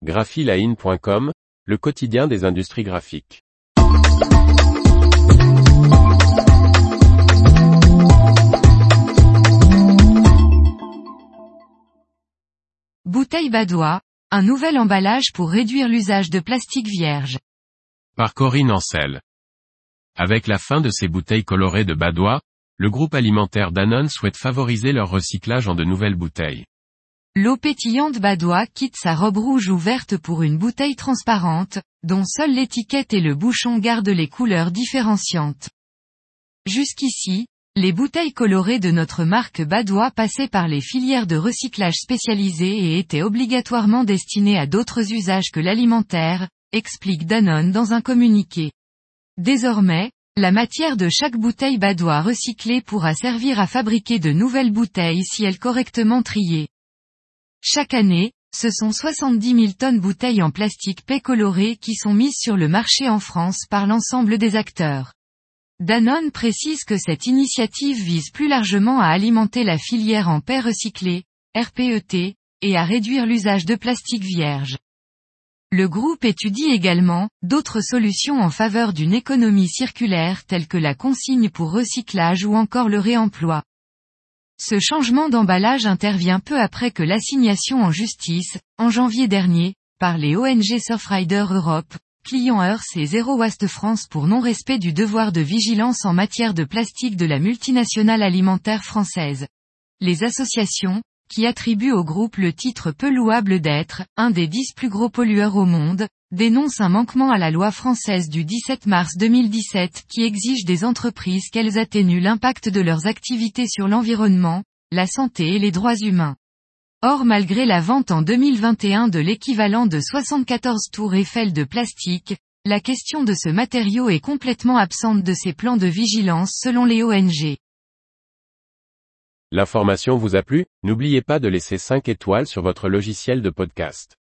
graphiline.com, le quotidien des industries graphiques. Bouteille Badoit, un nouvel emballage pour réduire l'usage de plastique vierge. Par Corinne Ancel. Avec la fin de ces bouteilles colorées de Badoit, le groupe alimentaire Danone souhaite favoriser leur recyclage en de nouvelles bouteilles. L'eau pétillante Badoit quitte sa robe rouge ou verte pour une bouteille transparente, dont seule l'étiquette et le bouchon gardent les couleurs différenciantes. Jusqu'ici, les bouteilles colorées de notre marque Badoit passaient par les filières de recyclage spécialisées et étaient obligatoirement destinées à d'autres usages que l'alimentaire, explique Danone dans un communiqué. Désormais, la matière de chaque bouteille Badoit recyclée pourra servir à fabriquer de nouvelles bouteilles si elle correctement triée. Chaque année, ce sont 70 000 tonnes bouteilles en plastique paix colorées qui sont mises sur le marché en France par l'ensemble des acteurs. Danone précise que cette initiative vise plus largement à alimenter la filière en paix recyclée, RPET, et à réduire l'usage de plastique vierge. Le groupe étudie également d'autres solutions en faveur d'une économie circulaire telles que la consigne pour recyclage ou encore le réemploi. Ce changement d'emballage intervient peu après que l'assignation en justice, en janvier dernier, par les ONG Surfrider Europe, Client Earth et Zero Waste France pour non-respect du devoir de vigilance en matière de plastique de la multinationale alimentaire française. Les associations, qui attribuent au groupe le titre peu louable d'être un des 10 plus gros pollueurs au monde, dénoncent un manquement à la loi française du 17 mars 2017 qui exige des entreprises qu'elles atténuent l'impact de leurs activités sur l'environnement, la santé et les droits humains. Or malgré la vente en 2021 de l'équivalent de 74 tours Eiffel de plastique, la question de ce matériau est complètement absente de ces plans de vigilance selon les ONG. L'information vous a plu? N'oubliez pas de laisser 5 étoiles sur votre logiciel de podcast.